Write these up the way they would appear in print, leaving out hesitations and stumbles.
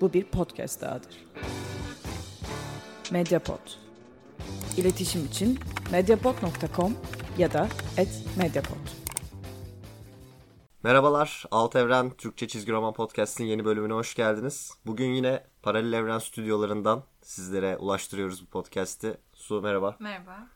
bu bir podcast dahadır. Mediapod. İletişim için mediapod.com ya da @mediapod. Merhabalar, Alt Evren Türkçe Çizgi Roman Podcast'in yeni bölümüne hoş geldiniz. Bugün yine Paralel Evren stüdyolarından sizlere ulaştırıyoruz bu podcast'i. Su, merhaba. Merhaba.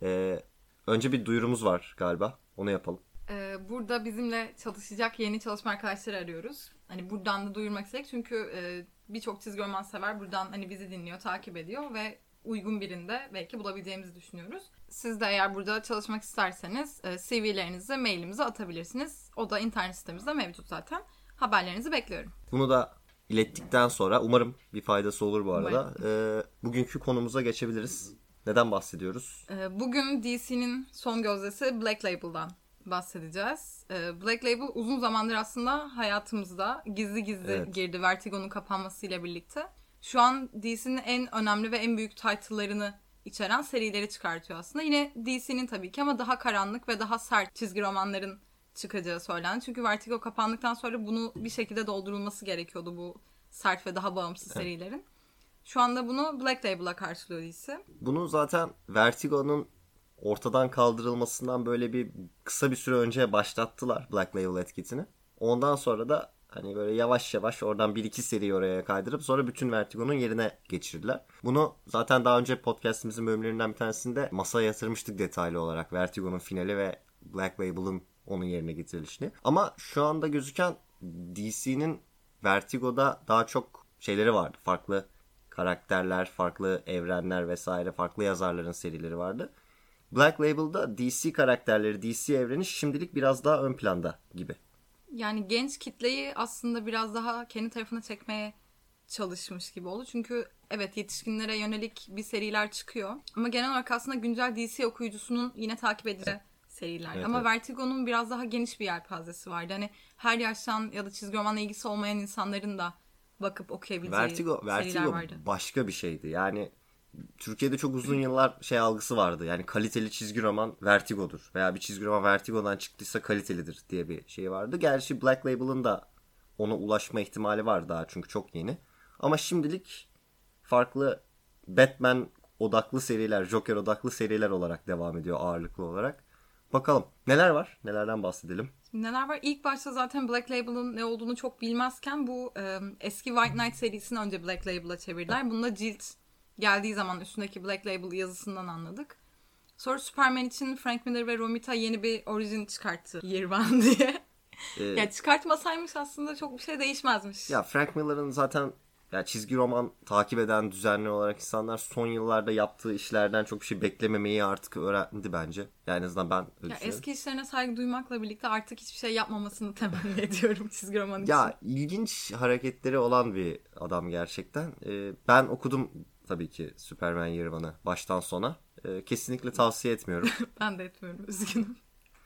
Önce bir duyurumuz var galiba, onu yapalım. Burada bizimle çalışacak yeni çalışma arkadaşları arıyoruz. Hani buradan da duyurmak istedik çünkü birçok çizgi roman sever buradan hani bizi dinliyor, takip ediyor ve uygun birinde belki bulabileceğimizi düşünüyoruz. Siz de eğer burada çalışmak isterseniz CV'lerinizi mailimize atabilirsiniz. O da internet sitemizde mevcut zaten. Haberlerinizi bekliyorum. Bunu da ilettikten sonra umarım bir faydası olur bu arada. Bugünkü konumuza geçebiliriz. Neden bahsediyoruz? Bugün DC'nin son gözdesi Black Label'dan bahsedeceğiz. Black Label uzun zamandır aslında hayatımızda gizli girdi Vertigo'nun kapanmasıyla birlikte. Şu an DC'nin en önemli ve en büyük title'larını içeren serileri çıkartıyor aslında. Yine DC'nin tabii ki ama daha karanlık ve daha sert çizgi romanların çıkacağı söylendi. Çünkü Vertigo kapandıktan sonra bunu bir şekilde doldurulması gerekiyordu bu sert ve daha bağımsız serilerin. Şu anda bunu Black Label'a karşılıyor DC. Bunu zaten Vertigo'nun ortadan kaldırılmasından böyle bir kısa bir süre önce başlattılar Black Label etiketini. Ondan sonra da hani böyle yavaş yavaş oradan 1-2 seriyi oraya kaydırıp sonra bütün Vertigo'nun yerine geçirdiler. Bunu zaten daha önce podcastimizin bölümlerinden bir tanesinde masaya yatırmıştık detaylı olarak. Vertigo'nun finali ve Black Label'ın onun yerine getirilişini. Ama şu anda gözüken DC'nin Vertigo'da daha çok şeyleri vardı. Farklı karakterler, farklı evrenler vesaire, farklı yazarların serileri vardı. Black Label'da DC karakterleri, DC evreni şimdilik biraz daha ön planda gibi. Yani genç kitleyi aslında biraz daha kendi tarafına çekmeye çalışmış gibi oldu. Çünkü evet yetişkinlere yönelik bir seriler çıkıyor. Ama genel olarak aslında güncel DC okuyucusunun yine takip edeceği seriler. Evet, ama evet. Vertigo'nun biraz daha geniş bir yelpazesi vardı. Hani her yaştan ya da çizgi romanla ilgisi olmayan insanların da bakıp okuyabileceği seriler vardı. Başka bir şeydi. Yani Türkiye'de çok uzun yıllar algısı vardı. Yani kaliteli çizgi roman Vertigo'dur. Veya bir çizgi roman Vertigo'dan çıktıysa kalitelidir diye bir şey vardı. Gerçi Black Label'ın da ona ulaşma ihtimali var daha çünkü çok yeni. Ama şimdilik farklı Batman odaklı seriler, Joker odaklı seriler olarak devam ediyor ağırlıklı olarak. Bakalım neler var? Nelerden bahsedelim? Neler var? İlk başta zaten Black Label'ın ne olduğunu çok bilmezken bu eski White Knight serisini önce Black Label'a çevirdiler. Bunda cilt geldiği zaman üstündeki Black Label yazısından anladık. Sonra Superman için Frank Miller ve Romita yeni bir origin çıkarttı. Year One diye. Ya çıkartmasaymış aslında çok bir şey değişmezmiş. Ya Frank Miller'ın zaten ya çizgi roman takip eden düzenli olarak insanlar son yıllarda yaptığı işlerden çok bir şey beklememeyi artık öğrendi bence. Yani en azından ben öyle düşünüyorum. Eski işlerine saygı duymakla birlikte artık hiçbir şey yapmamasını temenni ediyorum çizgi roman için. Ya ilginç hareketleri olan bir adam gerçekten. Ben okudum tabii ki Superman Year One'ı baştan sona. Kesinlikle tavsiye etmiyorum. Ben de etmiyorum, üzgünüm.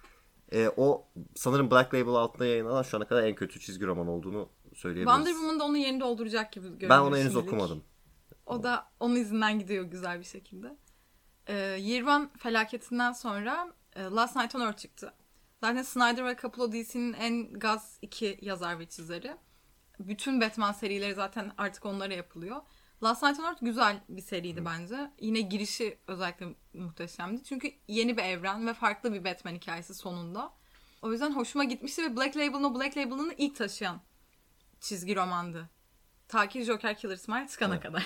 O sanırım Black Label altında yayınlanan şu ana kadar en kötü çizgi roman olduğunu söyleyebiliriz. Wonder Woman da onun yerini dolduracak gibi görünüyor. Ben onu henüz şimdilik. okumadım. O da onun izinden gidiyor güzel bir şekilde. Year One felaketinden sonra Last Night on Earth çıktı. Zaten Snyder ve Capullo DC'nin en gaz iki yazar ve çizeri. Bütün Batman serileri zaten artık onlara yapılıyor. Last Night on Earth güzel bir seriydi bence. Yine girişi özellikle muhteşemdi. Çünkü yeni bir evren ve farklı bir Batman hikayesi sonunda. O yüzden hoşuma gitmişti ve Black Label'ın ilk taşıyan çizgi romandı. Ta ki Joker Killer Smile çıkana kadar.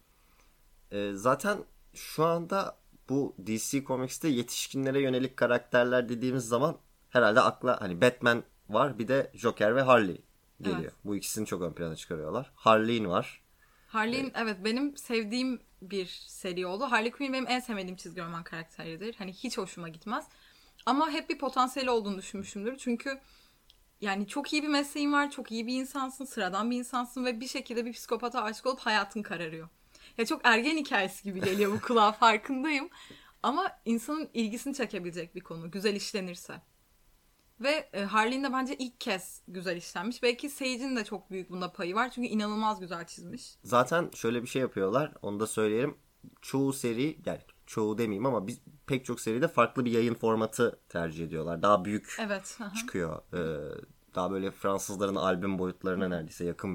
Zaten şu anda bu DC Comics'te yetişkinlere yönelik karakterler dediğimiz zaman herhalde akla hani Batman var, bir de Joker ve Harley geliyor. Evet. Bu ikisini çok ön plana çıkarıyorlar. Harley'in var. Harley'in evet benim sevdiğim bir seri oldu. Harley Quinn benim en sevmediğim çizgi roman karakteridir. Hani hiç hoşuma gitmez. Ama hep bir potansiyeli olduğunu düşünmüşümdür. Çünkü yani çok iyi bir mesleğin var, çok iyi bir insansın, sıradan bir insansın ve bir şekilde bir psikopata aşık olup hayatın kararıyor. Ya çok ergen hikayesi gibi geliyor bu kulağa, farkındayım. Ama insanın ilgisini çekebilecek bir konu, güzel işlenirse. Ve Harley'in de bence ilk kez güzel işlenmiş. Belki Sage'in de çok büyük bunda payı var. Çünkü inanılmaz güzel çizmiş. Zaten şöyle bir şey yapıyorlar. Onu da söyleyelim. Çoğu seri, yani çoğu demeyeyim ama pek çok seride farklı bir yayın formatı tercih ediyorlar. Daha büyük çıkıyor. Daha böyle Fransızların albüm boyutlarına neredeyse yakın bir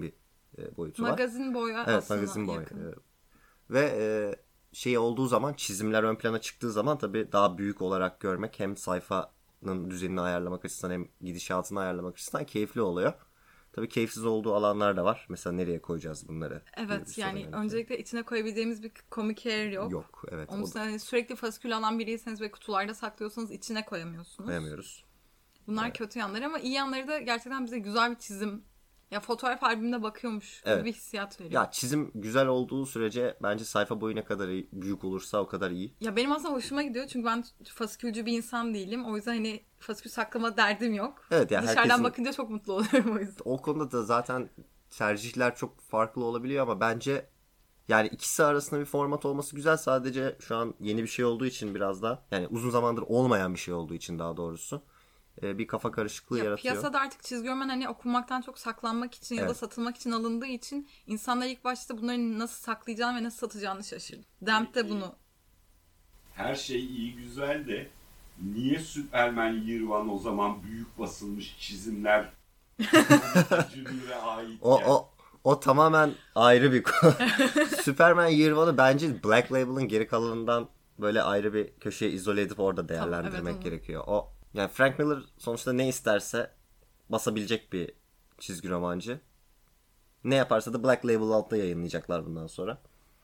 boyutu var. Magazin boyu Evet, aslında magazin boy. yakın. Ve şey olduğu zaman, çizimler ön plana çıktığı zaman tabii daha büyük olarak görmek hem sayfanın düzenini ayarlamak açısından hem gidişatını ayarlamak açısından keyifli oluyor. Tabii keyifsiz olduğu alanlar da var. Mesela nereye koyacağız bunları? Evet, yani öncelikle içine koyabileceğimiz bir comic area yok. Yok, evet. Onun için hani sürekli fasikül alan biriyseniz ve kutularda saklıyorsanız içine koyamıyorsunuz. Koyamıyoruz. Bunlar kötü yanları ama iyi yanları da gerçekten bize güzel bir çizim. Ya fotoğraf albümüne bakıyormuş gibi bir hissiyat veriyor. Ya çizim güzel olduğu sürece bence sayfa boyu ne kadar büyük olursa o kadar iyi. Ya benim aslında hoşuma gidiyor çünkü ben fasikülcü bir insan değilim. O yüzden hani fasikül saklama derdim yok. Evet, yani dışarıdan herkesin... bakınca çok mutlu oluyorum o yüzden. O konuda da zaten tercihler çok farklı olabiliyor ama bence yani ikisi arasında bir format olması güzel. Sadece şu an yeni bir şey olduğu için biraz da, yani uzun zamandır olmayan bir şey olduğu için daha doğrusu bir kafa karışıklığı yaratıyor. Piyasada artık çizgi roman hani okunmaktan çok saklanmak için ya da satılmak için alındığı için insanlar ilk başta bunları nasıl saklayacağını ve nasıl satacağını şaşırdı. Damp de bunu. Her şey iyi güzel de niye Superman Year One o zaman büyük basılmış çizimler Junior'a ait? O tamamen ayrı bir konu. Superman Year One'ı bence Black Label'ın geri kalanından böyle ayrı bir köşeye izole edip orada değerlendirmek gerekiyor. Yani Frank Miller sonuçta ne isterse basabilecek bir çizgi romancı. Ne yaparsa da Black Label altında yayınlayacaklar bundan sonra.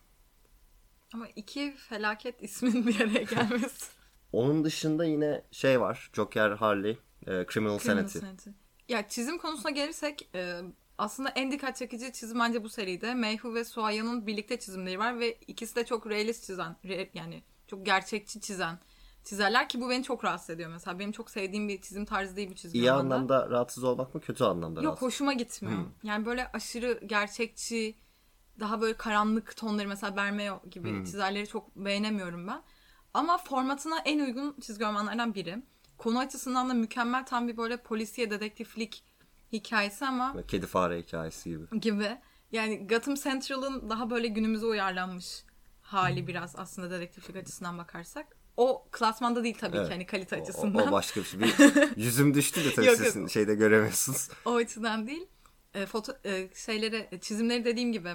Ama iki felaket ismin bir araya gelmesi. Onun dışında yine şey var. Joker, Harley, Criminal Sanity. Ya çizim konusuna gelirsek aslında en dikkat çekici çizim bence bu seride. Mayhew ve Suaya'nın birlikte çizimleri var ve ikisi de çok realist çizen, yani çok gerçekçi çizerler ki bu beni çok rahatsız ediyor mesela. Benim çok sevdiğim bir çizim tarzı değil bu çizgi İyi romanda. anlamda rahatsız olmak mı, kötü anlamda Yok, rahatsız? hoşuma gitmiyor. Yani böyle aşırı gerçekçi, daha böyle karanlık tonları mesela Bermeo gibi çizerleri çok beğenemiyorum ben. Ama formatına en uygun çizgi romanlardan biri. Konu açısından da mükemmel, tam bir böyle polisiye dedektiflik hikayesi ama... Kedi fare hikayesi gibi. Yani Gotham Central'ın daha böyle günümüze uyarlanmış hali biraz aslında dedektiflik açısından bakarsak. O klasmanda değil tabii ki hani kalite açısından. O başka bir şey. Yüzüm düştü de tabii yok, sizin şeyde göremiyorsunuz. O açıdan değil. Çizimleri dediğim gibi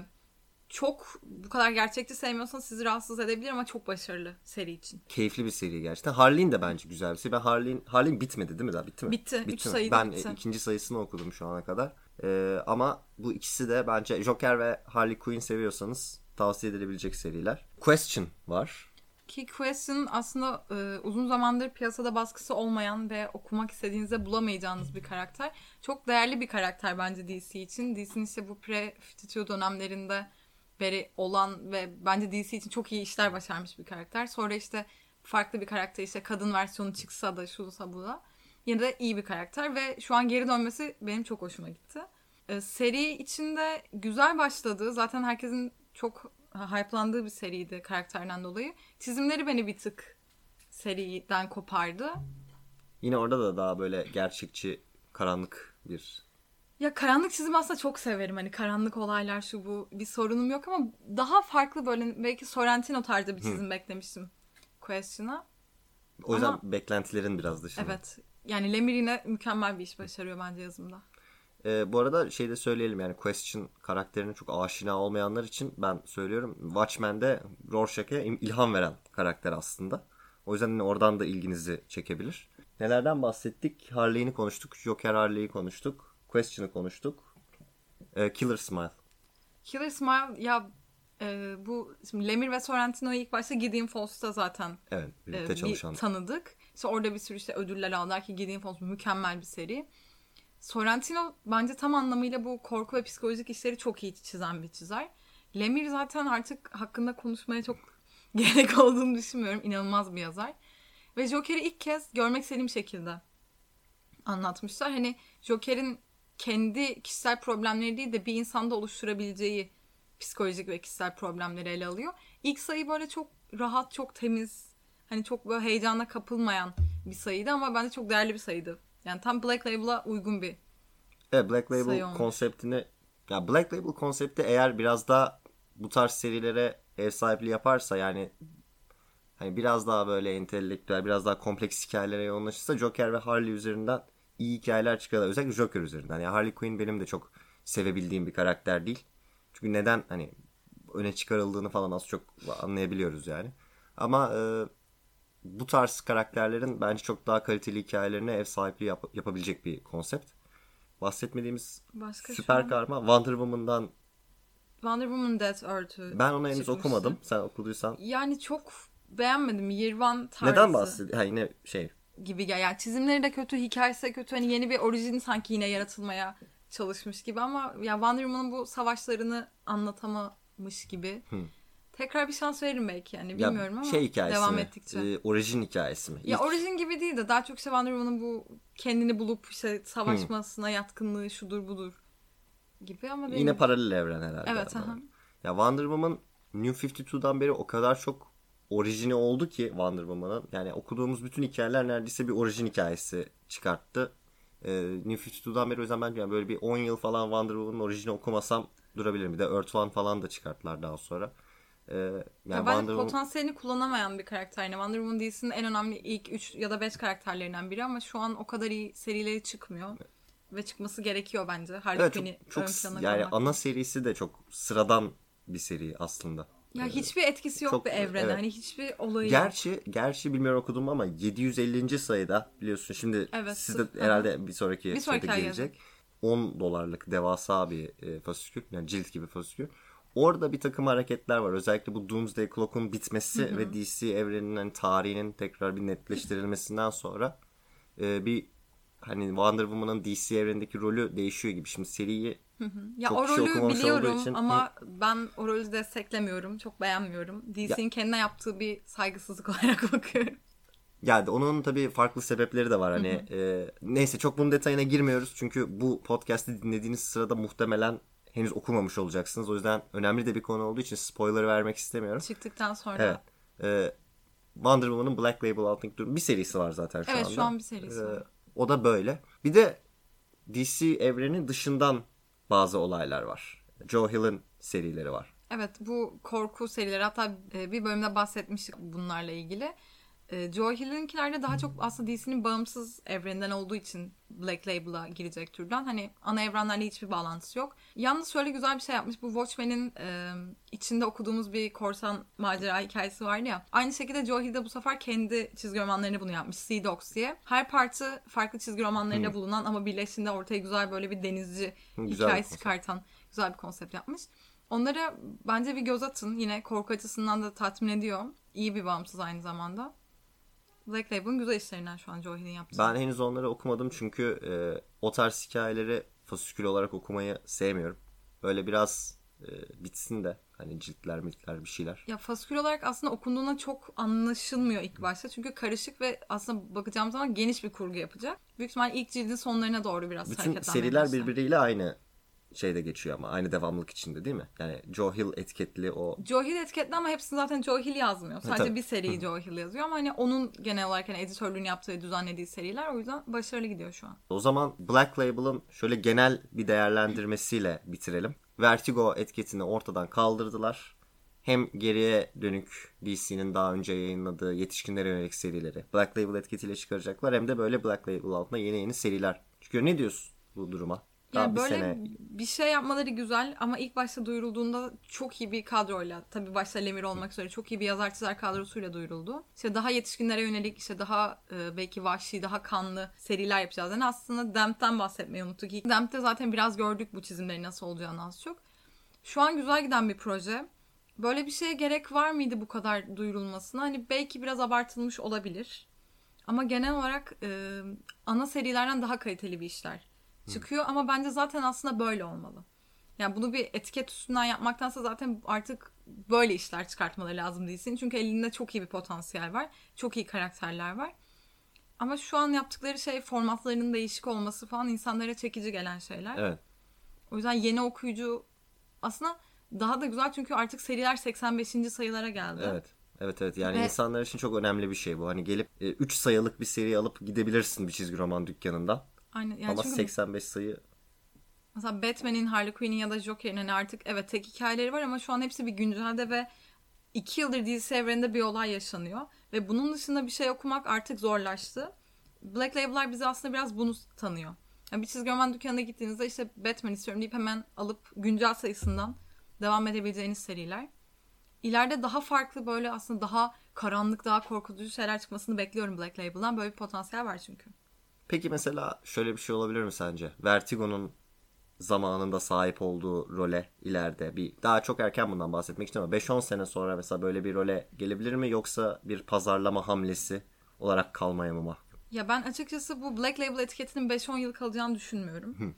çok bu kadar gerçekçi sevmiyorsanız sizi rahatsız edebilir ama çok başarılı seri için. Keyifli bir seri gerçekten. Harley'in de bence güzel bir seri. Ben Harley'in bitmedi değil mi daha? Bitti mi? Bitti. 3 mi? sayıda Ben bitti. ikinci sayısını okudum şu ana kadar. Ama bu ikisi de bence Joker ve Harley Quinn seviyorsanız tavsiye edilebilecek seriler. Question var. Ki Question aslında uzun zamandır piyasada baskısı olmayan ve okumak istediğinizde bulamayacağınız bir karakter. Çok değerli bir karakter bence DC için. DC'nin işte bu pre-52 dönemlerinde beri olan ve bence DC için çok iyi işler başarmış bir karakter. Sonra işte farklı bir karakter, işte kadın versiyonu çıksa da şuysa bu da yine de iyi bir karakter ve şu an geri dönmesi benim çok hoşuma gitti. Seri içinde güzel başladı. Zaten herkesin çok hype'landığı bir seriydi karakterden dolayı. Çizimleri beni bir tık seriden kopardı. Yine orada da daha böyle gerçekçi, karanlık bir... Ya karanlık çizim aslında çok severim. Hani karanlık olaylar şu bu bir sorunum yok ama daha farklı böyle belki Sorrentino tarzı bir çizim beklemiştim Question'a. O yüzden beklentilerin biraz dışında. Evet. Yani Lemire yine mükemmel bir iş başarıyor bence yazımda. Bu arada şey de söyleyelim, yani Question karakterine çok aşina olmayanlar için ben söylüyorum. Watchmen'de Rorschach'e ilham veren karakter aslında. O yüzden oradan da ilginizi çekebilir. Nelerden bahsettik? Harley'ni konuştuk. Joker Harley'i konuştuk. Question'ı konuştuk. Killer Smile. Killer Smile ya bu şimdi Lemire ve Sorrentino'yu ilk başta Gideon Falls'ta zaten birlikte çalışan. tanıdık. İşte orada bir sürü işte ödüller aldılar ki Gideon Falls mükemmel bir seri. Sorrentino bence tam anlamıyla bu korku ve psikolojik işleri çok iyi çizen bir çizer. Lemire zaten artık hakkında konuşmaya çok gerek olduğunu düşünmüyorum. İnanılmaz bir yazar. Ve Joker'i ilk kez görmek istediğim şekilde anlatmışlar. Hani Joker'in kendi kişisel problemleri değil de bir insanda oluşturabileceği psikolojik ve kişisel problemleri ele alıyor. İlk sayı böyle çok rahat, çok temiz, hani çok böyle heyecana kapılmayan bir sayıydı ama bence çok değerli bir sayıydı. Yani tam Black Label'a uygun bir Black Label konseptini, ya Black Label konsepti eğer biraz daha bu tarz serilere ev sahipliği yaparsa, yani hani biraz daha böyle entelektüel, biraz daha kompleks hikayelere yoğunlaşırsa Joker ve Harley üzerinden iyi hikayeler çıkıyor. Özellikle Joker üzerinden. Yani Harley Quinn benim de çok sevebildiğim bir karakter değil. Çünkü neden hani öne çıkarıldığını falan az çok anlayabiliyoruz yani. Ama bu tarz karakterlerin bence çok daha kaliteli hikayelerine ev sahipliği yapabilecek bir konsept. Bahsetmediğimiz Başka süper kahraman Wonder Woman'dan. Wonder Woman Death Earth'ü Ben onu henüz çıkmıştı. okumadım. Sen okuduysan. Yani çok beğenmedim. Year One tarzı. Neden bahsediyor? Ha, yine şey. Gibi gel. Yani çizimleri de kötü, hikayesi de kötü. Hani yeni bir orijin sanki yine yaratılmaya çalışmış gibi ama ya Wonder Woman'ın bu savaşlarını anlatamamış gibi. Tekrar bir şans veririm belki yani bilmiyorum ama şey hikayesi devam mi? ettikçe. Orijin hikayesi mi? Ya orijin gibi değil de daha çok işte Wonder Woman'ın bu kendini bulup işte savaşmasına yatkınlığı şudur budur gibi ama Yine paralel evren herhalde. Evet. Aha. Ya Wonder Woman New 52'dan beri o kadar çok orijini oldu ki Wonder Woman'ın. Yani okuduğumuz bütün hikayeler neredeyse bir orijin hikayesi çıkarttı. New 52'dan beri o yüzden ben yani böyle bir 10 yıl falan Wonder Woman'ın orijini okumasam durabilirim. Bir de Earth One falan da çıkarttılar daha sonra. Yani ben potansiyelini kullanamayan bir karakter. Yani Wonder Woman DC'nin en önemli ilk 3 ya da 5 karakterlerinden biri ama şu an o kadar iyi serileri çıkmıyor. Ve çıkması gerekiyor bence. Harley Quinn'i ön plana yani koymak. ana serisi de çok sıradan bir seri aslında. Ya hiçbir etkisi yok bir evrene. Evet. Hani hiçbir olayı yok. Gerçi bilmiyorum okudum mu ama 750. sayıda biliyorsun şimdi sizde herhalde bir sonraki sayıda gelecek. $10 devasa bir fasikül. Yani cilt gibi fasikül. Orada bir takım hareketler var. Özellikle bu Doomsday Clock'un bitmesi ve DC evreninin hani tarihinin tekrar bir netleştirilmesinden sonra bir hani Wonder Woman'ın DC evrenindeki rolü değişiyor gibi. Şimdi seriyi ya çok o kişi rolü okumamış biliyorum olduğu için ama ben o rolü desteklemiyorum. Çok beğenmiyorum. DC'nin kendine yaptığı bir saygısızlık olarak bakıyorum. Yani onun tabii farklı sebepleri de var. Hani neyse çok bunun detayına girmiyoruz. Çünkü bu podcast'i dinlediğiniz sırada muhtemelen henüz okumamış olacaksınız. O yüzden önemli de bir konu olduğu için spoiler vermek istemiyorum. Çıktıktan sonra. Evet. Wonder Woman'ın Black Label altındaki bir serisi var zaten şu anda. Evet şu an bir serisi var. O da böyle. Bir de DC evrenin dışından bazı olaylar var. Joe Hill'in serileri var. Evet bu korku serileri hatta bir bölümde bahsetmiştik bunlarla ilgili. Joe Hill'inkilerde daha çok aslında DC'nin bağımsız evreninden olduğu için Black Label'a girecek türden. Hani ana evrenlerle hiçbir bağlantısı yok. Yalnız şöyle güzel bir şey yapmış. Bu Watchmen'in içinde okuduğumuz bir korsan macera hikayesi vardı ya. Aynı şekilde Joe Hill de bu sefer kendi çizgi romanlarını bunu yapmış. Sea Dogs diye. Her parça farklı çizgi romanlarında bulunan ama birleştiğinde ortaya güzel böyle bir denizci hikayesi çıkartan güzel bir konsept yapmış. Onlara bence bir göz atın. Yine korku açısından da tatmin ediyor. İyi bir bağımsız aynı zamanda. Black Label'ın güzel işlerinden şu an Joe Hill'in yaptığı. Ben henüz onları okumadım çünkü o tarz hikayeleri fasikül olarak okumayı sevmiyorum. Böyle biraz bitsin de hani ciltler bir şeyler. Ya fasikül olarak aslında okunduğuna çok anlaşılmıyor ilk başta. Çünkü karışık ve aslında bakacağım zaman geniş bir kurgu yapacak. Büyük ihtimal ilk cildin sonlarına doğru biraz hareketlenmeye başlar. Bütün seriler birbiriyle aynı şeyde geçiyor ama aynı devamlılık içinde değil mi? Yani Joe Hill etiketli o. Joe Hill etiketli ama hepsini zaten Joe Hill yazmıyor. Sadece bir seriyi Joe Hill yazıyor ama hani onun genel olarak hani editörlüğünü yaptığı ve düzenlediği seriler o yüzden başarılı gidiyor şu an. O zaman Black Label'ın şöyle genel bir değerlendirmesiyle bitirelim. Vertigo etiketini ortadan kaldırdılar. Hem geriye dönük DC'nin daha önce yayınladığı yetişkinlere yönelik serileri Black Label etiketiyle çıkaracaklar. Hem de böyle Black Label altında yeni seriler çıkıyor. Ne diyorsun bu duruma? Yani böyle bir şey yapmaları güzel ama ilk başta duyurulduğunda çok iyi bir kadroyla, tabii başta Lemire olmak üzere çok iyi bir yazar çizer kadrosuyla duyuruldu. İşte daha yetişkinlere yönelik, işte daha belki vahşi, daha kanlı seriler yapacağız. Yani aslında Damp'ten bahsetmeyi unuttuk. Damp'te zaten biraz gördük bu çizimlerin nasıl olacağını az çok. Şu an güzel giden bir proje. Böyle bir şeye gerek var mıydı bu kadar duyurulmasına? Hani belki biraz abartılmış olabilir. Ama genel olarak ana serilerden daha kaliteli bir işler çıkıyor ama bence zaten aslında böyle olmalı. Yani bunu bir etiket üstünden yapmaktansa zaten artık böyle işler çıkartmaları lazım değilsin. Çünkü elinde çok iyi bir potansiyel var. Çok iyi karakterler var. Ama şu an yaptıkları şey formatlarının değişik olması falan insanlara çekici gelen şeyler. Evet. O yüzden yeni okuyucu aslında daha da güzel çünkü artık seriler 85. sayılara geldi. Evet. Yani insanlar için çok önemli bir şey bu. Hani gelip 3 sayılık bir seri alıp gidebilirsin bir çizgi roman dükkanından. Aynen. Yani ama çünkü 85 sayı. Mesela Batman'in, Harley Quinn'in ya da Joker'in hani artık evet tek hikayeleri var ama şu an hepsi bir güncelde ve 2 yıldır DC evreninde bir olay yaşanıyor. Ve bunun dışında bir şey okumak artık zorlaştı. Black Label'lar bize aslında biraz bunu tanıyor. Yani bir çizgi roman dükkanına gittiğinizde işte Batman istiyorum deyip hemen alıp güncel sayısından devam edebileceğiniz seriler. İleride daha farklı böyle aslında daha karanlık, daha korkutucu şeyler çıkmasını bekliyorum Black Label'dan. Böyle bir potansiyel var çünkü. Peki mesela şöyle bir şey olabilir mi sence? Vertigo'nun zamanında sahip olduğu role ileride daha çok erken bundan bahsetmek istiyorum ama 5-10 sene sonra mesela böyle bir role gelebilir mi yoksa bir pazarlama hamlesi olarak kalmaya mı mahkum? Ya ben açıkçası bu Black Label etiketinin 5-10 yıl kalacağını düşünmüyorum.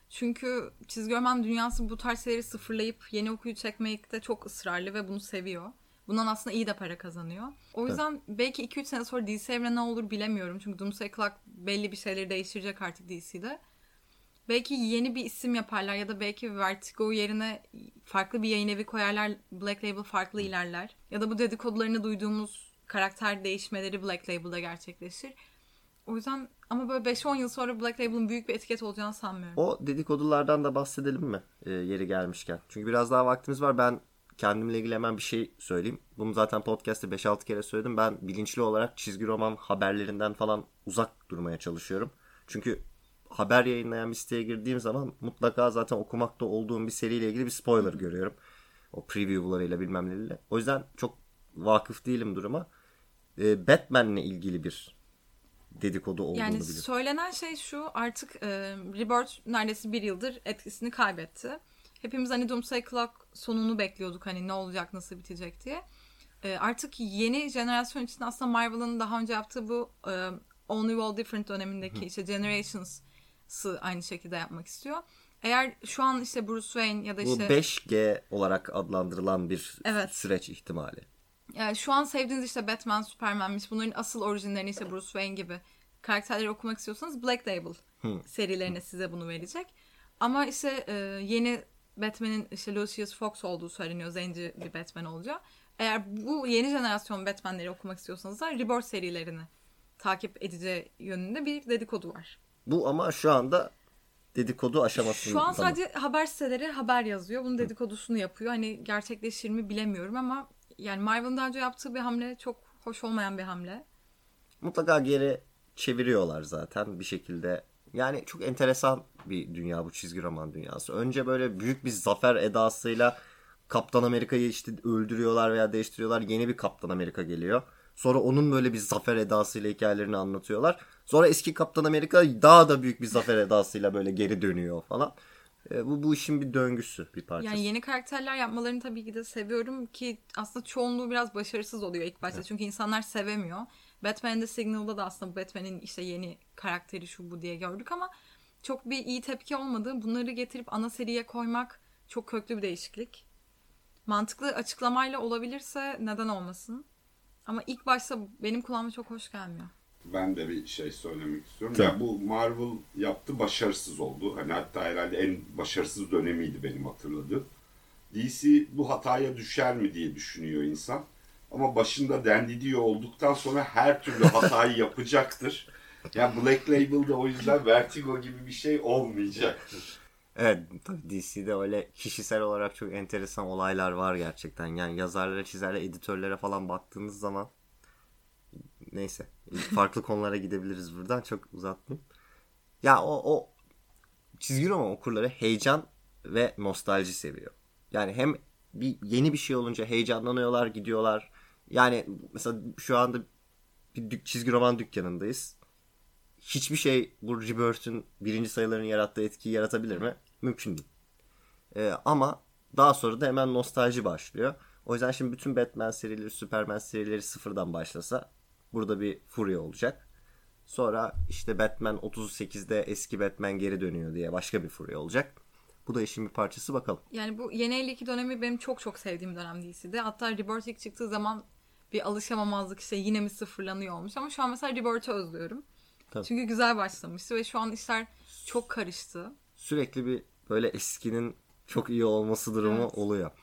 Çünkü çizgi roman dünyası bu tarz şeyleri sıfırlayıp yeni okuyu çekmekte çok ısrarlı ve bunu seviyor. Bundan aslında iyi de para kazanıyor. O yüzden belki 2-3 sene sonra DC evreni ne olur bilemiyorum. Çünkü Doomsday Clock belli bir şeyleri değiştirecek artık DC'de. Belki yeni bir isim yaparlar ya da belki Vertigo yerine farklı bir yayın evi koyarlar. Black Label farklı ilerler. Ya da bu dedikodularını duyduğumuz karakter değişmeleri Black Label'da gerçekleşir. O yüzden ama böyle 5-10 yıl sonra Black Label'ın büyük bir etiket olacağını sanmıyorum. O dedikodulardan da bahsedelim mi yeri gelmişken? Çünkü biraz daha vaktimiz var. Ben kendimle ilgili hemen bir şey söyleyeyim. Bunu zaten podcast'te 5-6 kere söyledim. Ben bilinçli olarak çizgi roman haberlerinden falan uzak durmaya çalışıyorum. Çünkü haber yayınlayan bir siteye girdiğim zaman mutlaka zaten okumakta olduğum bir seriyle ilgili bir spoiler görüyorum. O preview'larıyla bilmem neleriyle. O yüzden çok vakıf değilim duruma. Batman'le ilgili bir dedikodu olduğunu yani biliyorum. söylenen şey şu, artık Rebirth neredeyse bir yıldır etkisini kaybetti. Hepimiz hani Doomsday Clock sonunu bekliyorduk, hani ne olacak, nasıl bitecek diye. Artık yeni jenerasyon için aslında Marvel'ın daha önce yaptığı bu All New All Different dönemindeki işte Generations'ı aynı şekilde yapmak istiyor. Eğer şu an işte Bruce Wayne ya da işte... Bu 5G olarak adlandırılan bir süreç ihtimali. Yani şu an sevdiğiniz işte Batman, Superman'miş, bunların asıl orijinlerini işte Bruce Wayne gibi karakterleri okumak istiyorsanız Black Label serilerine size bunu verecek. Ama işte yeni Batman'in işte Lucius Fox olduğu söyleniyor. Zenci bir Batman olacağı. Eğer bu yeni jenerasyon Batman'leri okumak istiyorsanız da Rebirth serilerini takip edeceği yönünde bir dedikodu var. Bu ama şu anda dedikodu aşamasında. Şu an sadece haber siteleri haber yazıyor. Bunun dedikodusunu yapıyor. Hani gerçekleşir mi bilemiyorum ama yani Marvel'ın daha önce yaptığı bir hamle çok hoş olmayan bir hamle. Mutlaka geri çeviriyorlar zaten bir şekilde. Yani çok enteresan bir dünya bu çizgi roman dünyası. Önce böyle büyük bir zafer edasıyla Kaptan Amerika'yı işte öldürüyorlar veya değiştiriyorlar. Yeni bir Kaptan Amerika geliyor. Sonra onun böyle bir zafer edasıyla hikayelerini anlatıyorlar. Sonra eski Kaptan Amerika daha da büyük bir zafer edasıyla böyle geri dönüyor falan. Bu işin bir döngüsü, bir parçası. Yani yeni karakterler yapmalarını tabii ki de seviyorum ki aslında çoğunluğu biraz başarısız oluyor ilk başta. Evet. Çünkü insanlar sevemiyor. Batman'de Signal'da da aslında Batman'in işte yeni karakteri şu bu diye gördük ama çok bir iyi tepki olmadı. Bunları getirip ana seriye koymak çok köklü bir değişiklik. Mantıklı açıklamayla olabilirse neden olmasın? Ama ilk başta benim kulağıma çok hoş gelmiyor. Ben de bir şey söylemek istiyorum. Ya bu Marvel yaptı, başarısız oldu. Hani hatta herhalde en başarısız dönemiydi benim hatırladığım. DC bu hataya düşer mi diye düşünüyor insan. Ama başında Dandy Dio olduktan sonra her türlü hatayı yapacaktır. Yani Black Label'da o yüzden Vertigo gibi bir şey olmayacaktır. Evet, tabii DC'de öyle kişisel olarak çok enteresan olaylar var gerçekten. Yani yazarlara, çizerlere, editörlere falan baktığınız zaman neyse farklı konulara gidebiliriz buradan, çok uzatmayayım. Ya o çizgi roman okurları heyecan ve nostalji seviyor. Yani hem yeni bir şey olunca heyecanlanıyorlar, gidiyorlar. Yani mesela şu anda bir çizgi roman dükkanındayız. Hiçbir şey bu Rebirth'ün birinci sayılarının yarattığı etkiyi yaratabilir mi? Mümkün değil. Ama daha sonra da hemen nostalji başlıyor. O yüzden şimdi bütün Batman serileri, Superman serileri sıfırdan başlasa burada bir furya olacak. Sonra işte Batman 38'de eski Batman geri dönüyor diye başka bir furya olacak. Bu da işin bir parçası, bakalım. Yani bu yeni 52 dönemi benim çok çok sevdiğim dönem DC'de. Hatta Rebirth ilk çıktığı zaman bir alışamamazlık, işte yine mi sıfırlanıyor olmuş. Ama şu an mesela Rebirth'ı özlüyorum. Tabii. Çünkü güzel başlamıştı ve şu an işler çok karıştı. Sürekli bir böyle eskinin çok iyi olması durumu oluyor.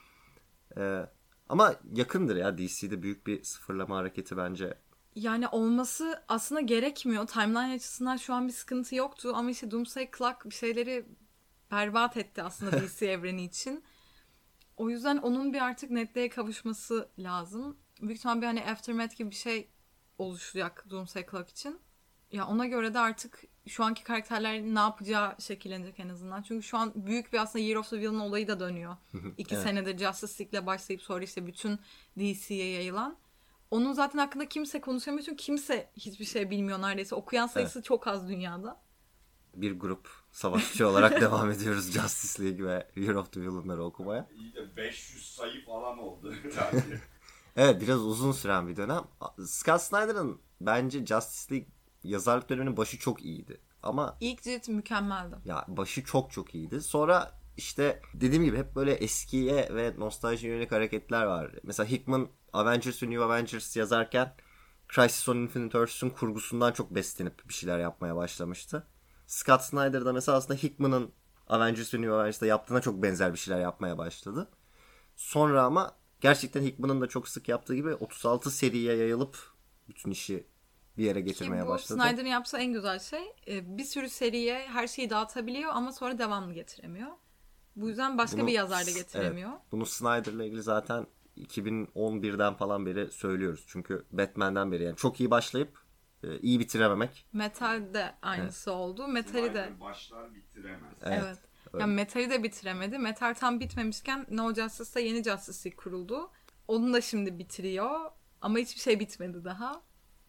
Ama yakındır ya, DC'de büyük bir sıfırlama hareketi bence. Yani olması aslında gerekmiyor. Timeline açısından şu an bir sıkıntı yoktu. Ama işte Doomsday Clock bir şeyleri berbat etti aslında DC evreni için. O yüzden onun bir artık netliğe kavuşması lazım. Büyük ihtimalle bir hani Aftermath gibi bir şey oluşacak Doomsday Clock için. Ya ona göre de artık şu anki karakterler ne yapacağı şekillenecek en azından. Çünkü şu an büyük bir aslında Year of the Villain olayı da dönüyor. 2 senedir Justice League'le başlayıp sonra işte bütün DC'ye yayılan. Onun zaten hakkında kimse konuşamıyor çünkü kimse hiçbir şey bilmiyor neredeyse. Okuyan sayısı çok az dünyada. Bir grup savaşçı olarak devam ediyoruz Justice League ve Year of the Villain'ları okumaya. İyi de 500 sayı falan oldu. Evet, biraz uzun süren bir dönem. Scott Snyder'ın bence Justice League yazarlık döneminin başı çok iyiydi. Ama İlk cilt mükemmeldi. ya başı çok iyiydi. Sonra işte dediğim gibi hep böyle eskiye ve nostaljiye yönelik hareketler var. Mesela Hickman Avengers ve New Avengers yazarken Crisis on Infinite Earths'ün kurgusundan çok beslenip bir şeyler yapmaya başlamıştı. Scott Snyder da mesela aslında Hickman'ın Avengers ve New Avengers'da yaptığına çok benzer bir şeyler yapmaya başladı. Sonra ama gerçekten Hickman'ın da çok sık yaptığı gibi 36 seriye yayılıp bütün işi bir yere getirmeye başladı. Snyder'ın yaptığı en güzel şey bir sürü seriye her şeyi dağıtabiliyor ama sonra devamlı getiremiyor. Bu yüzden başka bir yazar da getiremiyor. Evet, bunu Snyder'la ilgili zaten 2011'den falan beri söylüyoruz. Çünkü Batman'den beri yani çok iyi başlayıp iyi bitirememek. Metal de aynısı oldu. Metal'i de başlar bitiremez. Evet. Yani Metal'i de bitiremedi. Metal tam bitmemişken No Justice'da yeni Justice League kuruldu. Onu da şimdi bitiriyor. Ama hiçbir şey bitmedi daha.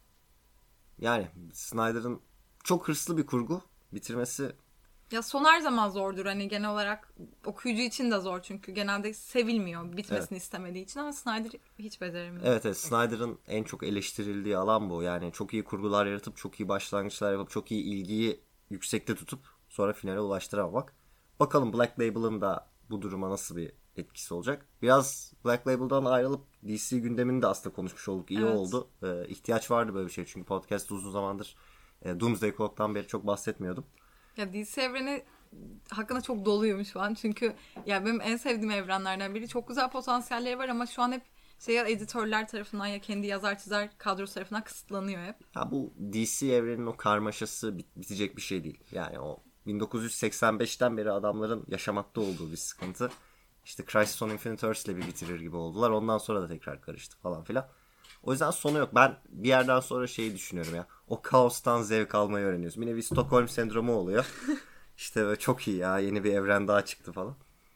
Yani Snyder'ın çok hırslı bir kurgu bitirmesi. Ya son her zaman zordur. Hani genel olarak okuyucu için de zor çünkü genelde sevilmiyor bitmesini istemediği için ama Snyder hiç beceremiyor. Evet, Snyder'ın en çok eleştirildiği alan bu. Yani çok iyi kurgular yaratıp çok iyi başlangıçlar yapıp çok iyi ilgiyi yüksekte tutup sonra finale ulaştıramamak. Bakalım Black Label'ın da bu duruma nasıl bir etkisi olacak. Biraz Black Label'dan ayrılıp DC gündemini de aslında konuşmuş olduk. İyi oldu. İhtiyaç vardı böyle bir şey. Çünkü podcast'ta uzun zamandır Doomsday Clock'tan beri çok bahsetmiyordum. Ya DC evreni hakkında çok doluyum şu an. Çünkü ya benim en sevdiğim evrenlerden biri. Çok güzel potansiyelleri var ama şu an hep ya editörler tarafından ya kendi yazar çizer kadrosu tarafından kısıtlanıyor hep. Ya bu DC evrenin o karmaşası bitecek bir şey değil. Yani o 1985'ten beri adamların yaşamakta olduğu bir sıkıntı. İşte Crisis on Infinite Earths'le bir bitirir gibi oldular. Ondan sonra da tekrar karıştı falan filan. O yüzden sonu yok. Ben bir yerden sonra şeyi düşünüyorum ya. O kaostan zevk almayı öğreniyoruz. Yine bir Stockholm sendromu oluyor. İşte çok iyi ya. Yeni bir evren daha çıktı falan.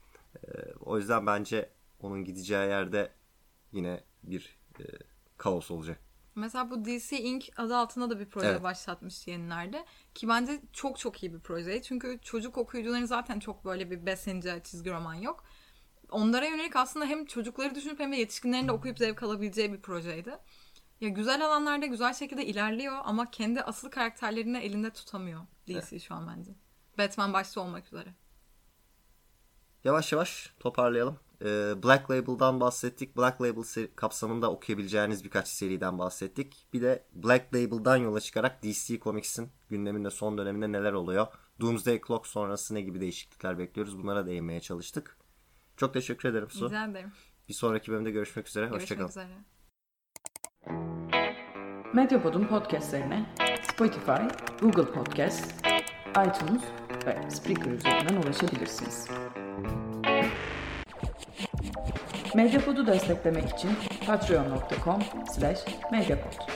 O yüzden bence onun gideceği yerde yine bir kaos olacak. Mesela bu DC Inc. adı altında da bir proje başlatmış yenilerde. Ki bence çok iyi bir proje. Çünkü çocuk okuyucuların zaten çok böyle bir besince çizgi roman yok. Onlara yönelik aslında hem çocukları düşünüp hem de yetişkinlerin de okuyup zevk alabileceği bir projeydi. Ya güzel alanlarda güzel şekilde ilerliyor ama kendi asıl karakterlerini elinde tutamıyor DC şu an bence. Batman başta olmak üzere. Yavaş yavaş toparlayalım. Black Label'dan bahsettik. Black Label kapsamında okuyabileceğiniz birkaç seriden bahsettik. Bir de Black Label'dan yola çıkarak DC Comics'in gündeminde son döneminde neler oluyor? Doomsday Clock sonrası ne gibi değişiklikler bekliyoruz? Bunlara değinmeye çalıştık. Çok teşekkür ederim Su. Rica ederim. Bir sonraki bölümde görüşmek üzere. Görüşmek Hoşçakalın. üzere. Medyapod'un podcastlerine Spotify, Google Podcast, iTunes ve Spreaker üzerinden ulaşabilirsiniz. Medyapod'u desteklemek için patreon.com/medyapod